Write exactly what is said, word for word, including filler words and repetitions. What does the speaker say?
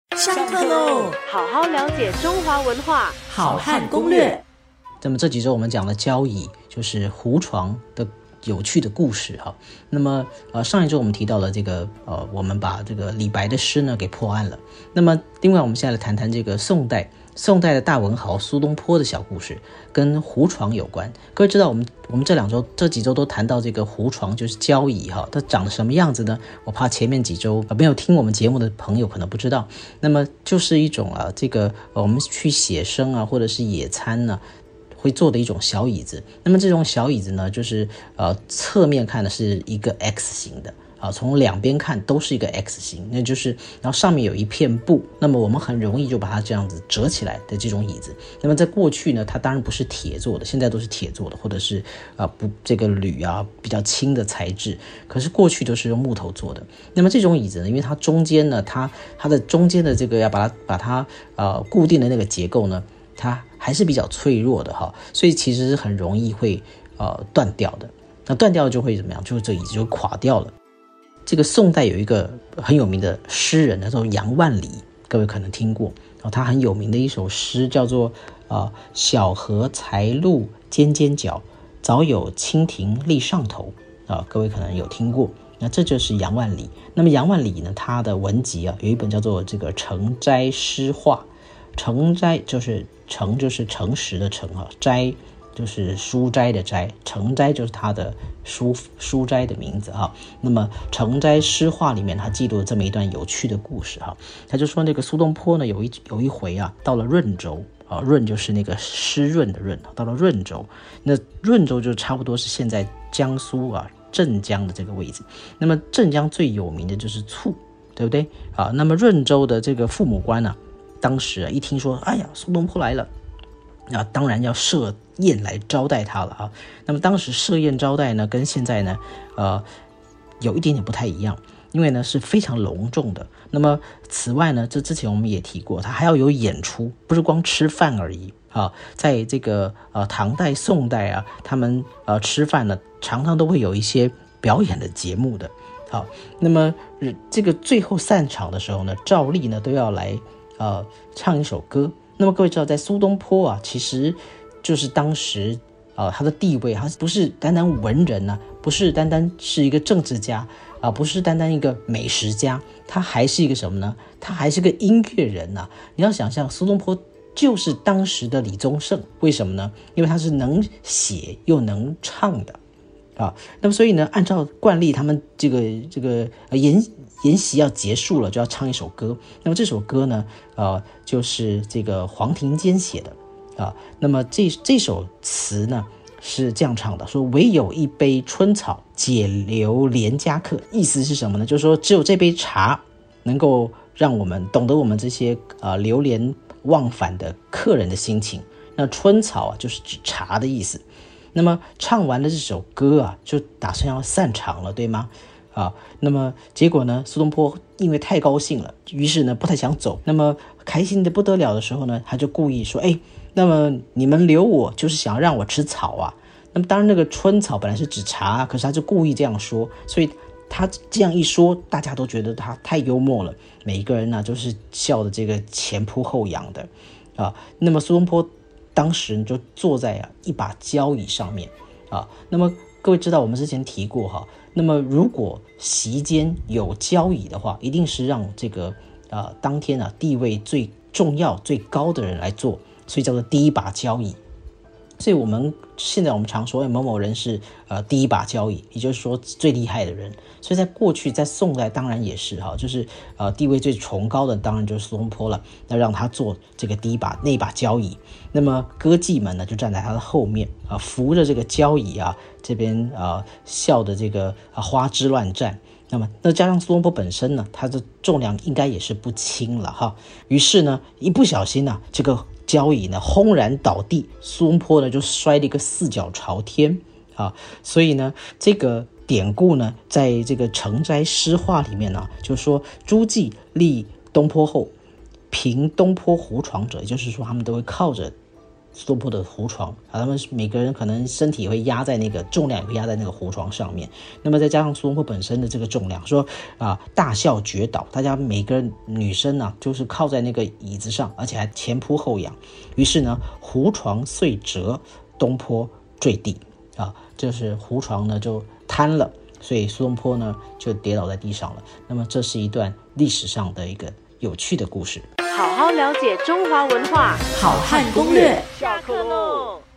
上课喽！ 好好了解中华文化， 好汉攻略。 那么这几周我们讲了交椅，就是胡床的有趣的故事哈。那么呃上一周我们提到了这个呃我们把这个李白的诗呢给破案了。那么另外我们现在来谈谈这个宋代宋代的大文豪苏东坡的小故事，跟胡床有关。各位知道我们我们这两周这几周都谈到这个胡床，就是交椅哈，它长得什么样子呢？我怕前面几周没有听我们节目的朋友可能不知道。那么就是一种啊这个我们去写生啊或者是野餐呢、啊会做的一种小椅子。那么这种小椅子呢，就是呃侧面看的是一个 X 型的啊，从两边看都是一个 X 型，那就是然后上面有一片布，那么我们很容易就把它这样子折起来的这种椅子。那么在过去呢，它当然不是铁做的，现在都是铁做的，或者是啊、呃、不这个铝啊比较轻的材质，可是过去都是用木头做的。那么这种椅子呢，因为它中间呢，它它的中间的这个要把它把它呃固定的那个结构呢，它还是比较脆弱的哈，所以其实是很容易会呃断掉的。那断掉就会怎么样？就是这椅子就垮掉了。这个宋代有一个很有名的诗人，叫做杨万里，各位可能听过。哦、他很有名的一首诗叫做呃小荷才露尖尖角，早有蜻蜓立上头啊、呃，各位可能有听过。那这就是杨万里。那么杨万里呢，他的文集啊有一本叫做这个《诚斋诗话》。诚斋就是诚就是诚实的诚啊，斋就是书斋的斋，诚斋就是他的书书斋的名字哈。那么诚斋诗话里面他记录了这么一段有趣的故事哈。他就说那个苏东坡呢有一有一回啊到了润州啊，润就是那个湿润的润，到了润州，那润州就差不多是现在江苏啊镇江的这个位置。那么镇江最有名的就是醋，对不对啊？那么润州的这个父母官呢、啊当时啊，一听说，哎呀，苏东坡来了，那当然要设宴来招待他了啊。那么当时设宴招待呢，跟现在呢，呃，有一点点不太一样，因为呢是非常隆重的。那么此外呢，这之前我们也提过，他还要有演出，不是光吃饭而已啊。在这个呃唐代、宋代啊，他们呃吃饭呢，常常都会有一些表演的节目的。好，那么这个最后散场的时候呢，照例呢都要来。呃，唱一首歌。那么各位知道，在苏东坡啊，其实就是当时呃他的地位，他不是单单文人啊，不是单单是一个政治家啊、呃，不是单单一个美食家，他还是一个什么呢？他还是个音乐人啊。你要想象，苏东坡就是当时的李宗盛，为什么呢？因为他是能写又能唱的。啊，那么所以呢，按照惯例，他们这个这个研研习要结束了，就要唱一首歌。那么这首歌呢，呃，就是这个黄庭坚写的啊。那么这这首词呢是这样唱的：说唯有一杯春草，解流连家客。意思是什么呢？就是说只有这杯茶能够让我们懂得我们这些呃流连忘返的客人的心情。那春草啊，就是指茶的意思。那么唱完了这首歌啊，就打算要散场了，对吗？啊，那么结果呢，苏东坡因为太高兴了，于是呢不太想走。那么开心的不得了的时候呢，他就故意说：“哎，那么你们留我就是想要让我吃草啊。”那么当然那个春草本来是指茶，可是他就故意这样说，所以他这样一说，大家都觉得他太幽默了，每一个人呢就是笑的这个前仆后仰的啊。那么苏东坡当时就坐在啊一把交椅上面啊。那么各位知道我们之前提过哈，那么如果席间有交椅的话，一定是让这个呃当天啊地位最重要最高的人来坐，所以叫做第一把交椅。所以我们现在我们常说某某人是呃第一把交椅，也就是说最厉害的人。所以在过去在宋代当然也是哈，就是呃地位最崇高的当然就是苏东坡了，那让他做这个第一把那把交椅。那么歌妓们呢就站在他的后面啊、呃，扶着这个交椅啊，这边啊、呃、笑的这个、呃、花枝乱颤。那么那加上苏东坡本身呢，他的重量应该也是不轻了哈。于是呢一不小心呢、啊，这个交椅呢轰然倒地，苏东坡呢就摔了一个四脚朝天啊。所以呢这个典故呢在这个诚斋诗话里面呢、啊、就说诸妓立东坡后，凭东坡胡床者，也就是说他们都会靠着苏东坡的胡床啊，他们每个人可能身体也会压在那个重量，也会压在那个胡床上面。那么再加上苏东坡本身的这个重量，说啊大笑绝倒，大家每个女生呢、啊、就是靠在那个椅子上，而且还前扑后仰。于是呢，胡床遂折，东坡坠地啊，就是胡床呢就瘫了，所以苏东坡呢就跌倒在地上了。那么这是一段历史上的一个有趣的故事。 好好了解中华文化， 好汉攻略。 下课喽！